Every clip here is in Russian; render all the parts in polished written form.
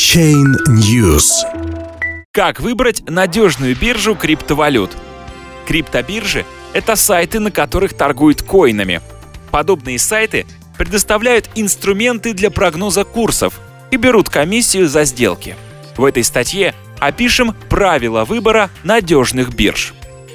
Chain News. Как выбрать надежную биржу криптовалют? Криптобиржи — это сайты, на которых торгуют коинами. Подобные сайты предоставляют инструменты для прогноза курсов и берут комиссию за сделки. В этой статье опишем правила выбора надежных бирж.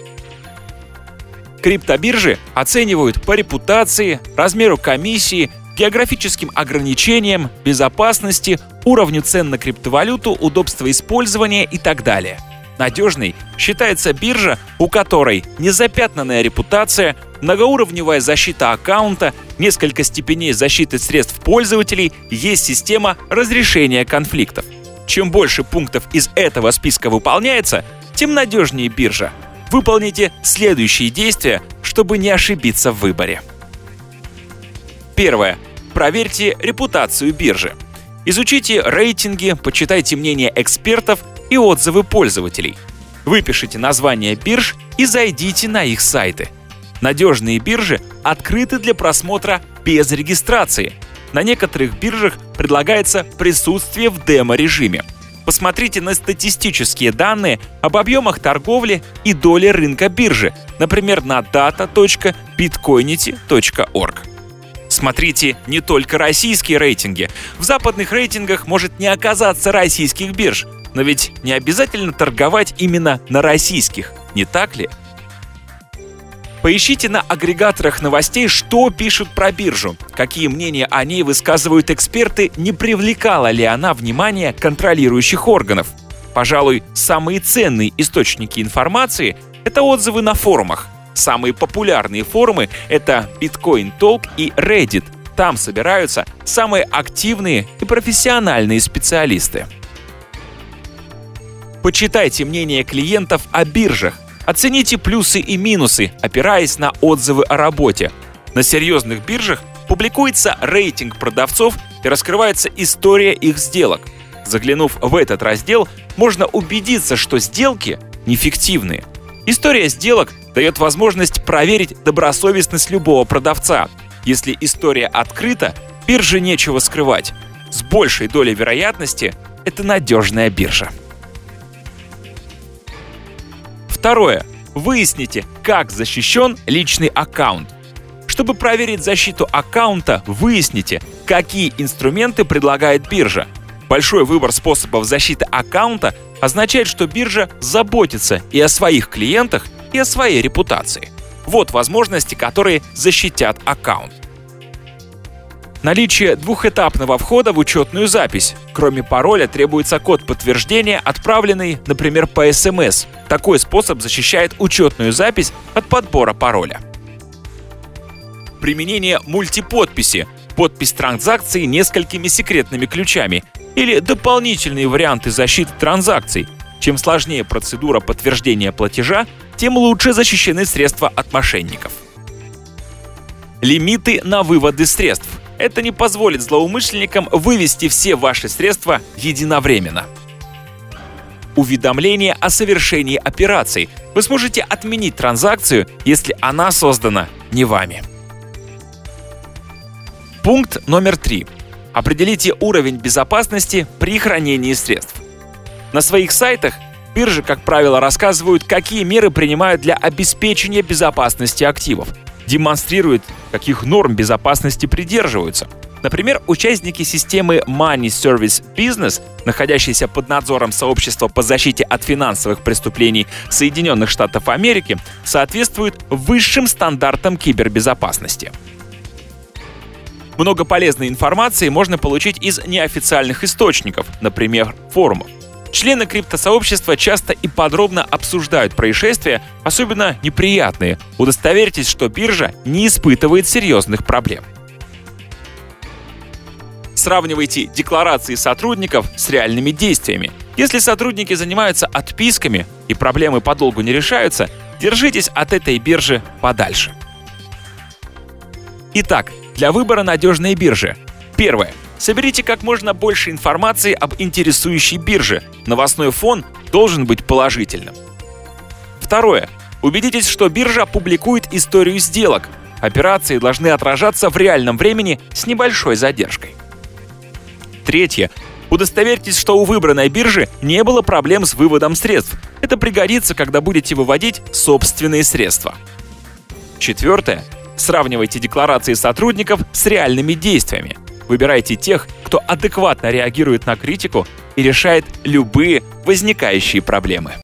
Криптобиржи оценивают по репутации, размеру комиссии, географическим ограничениям, безопасности, уровню цен на криптовалюту, удобства использования и так далее. Надежной считается биржа, у которой незапятнанная репутация, многоуровневая защита аккаунта, несколько степеней защиты средств пользователей, есть система разрешения конфликтов. Чем больше пунктов из этого списка выполняется, тем надежнее биржа. Выполните следующие действия, чтобы не ошибиться в выборе. Первое. Проверьте репутацию биржи. Изучите рейтинги, почитайте мнения экспертов и отзывы пользователей. Выпишите названия бирж и зайдите на их сайты. Надежные биржи открыты для просмотра без регистрации. На некоторых биржах предлагается присутствие в демо-режиме. Посмотрите на статистические данные об объемах торговли и доле рынка биржи, например, на data.bitcoinity.org. Смотрите не только российские рейтинги. В западных рейтингах может не оказаться российских бирж, но ведь не обязательно торговать именно на российских, не так ли? Поищите на агрегаторах новостей, что пишут про биржу, какие мнения о ней высказывают эксперты, не привлекала ли она внимания контролирующих органов. Пожалуй, самые ценные источники информации — это отзывы на форумах. Самые популярные форумы — это Bitcoin Talk и Reddit. Там собираются самые активные и профессиональные специалисты. Почитайте мнения клиентов о биржах. Оцените плюсы и минусы, опираясь на отзывы о работе. На серьезных биржах публикуется рейтинг продавцов и раскрывается история их сделок. Заглянув в этот раздел, можно убедиться, что сделки нефиктивные. История сделок дает возможность проверить добросовестность любого продавца. Если история открыта, бирже нечего скрывать. С большей долей вероятности это надежная биржа. Второе. Выясните, как защищен личный аккаунт. Чтобы проверить защиту аккаунта, выясните, какие инструменты предлагает биржа. Большой выбор способов защиты аккаунта означает, что биржа заботится и о своих клиентах, и о своей репутации. Вот возможности, которые защитят аккаунт. Наличие двухэтапного входа в учетную запись. Кроме пароля требуется код подтверждения, отправленный, например, по СМС. Такой способ защищает учетную запись от подбора пароля. Применение мультиподписи. Подпись транзакции несколькими секретными ключами. Или дополнительные варианты защиты транзакций. Чем сложнее процедура подтверждения платежа, тем лучше защищены средства от мошенников. Лимиты на выводы средств. Это не позволит злоумышленникам вывести все ваши средства единовременно. Уведомление о совершении операций. Вы сможете отменить транзакцию, если она создана не вами. Пункт номер 3. Определите уровень безопасности при хранении средств. На своих сайтах биржи, как правило, рассказывают, какие меры принимают для обеспечения безопасности активов, демонстрируют, каких норм безопасности придерживаются. Например, участники системы Money Service Business, находящейся под надзором сообщества по защите от финансовых преступлений Соединенных Штатов Америки, соответствуют высшим стандартам кибербезопасности. Много полезной информации можно получить из неофициальных источников, например, форумов. Члены криптосообщества часто и подробно обсуждают происшествия, особенно неприятные. Удостоверьтесь, что биржа не испытывает серьезных проблем. Сравнивайте декларации сотрудников с реальными действиями. Если сотрудники занимаются отписками и проблемы подолгу не решаются, держитесь от этой биржи подальше. Итак, для выбора надежной биржи. Первое. Соберите как можно больше информации об интересующей бирже. Новостной фон должен быть положительным. Второе. Убедитесь, что биржа публикует историю сделок. Операции должны отражаться в реальном времени с небольшой задержкой. Третье. Удостоверьтесь, что у выбранной биржи не было проблем с выводом средств. Это пригодится, когда будете выводить собственные средства. Четвертое. Сравнивайте декларации сотрудников с реальными действиями. Выбирайте тех, кто адекватно реагирует на критику и решает любые возникающие проблемы.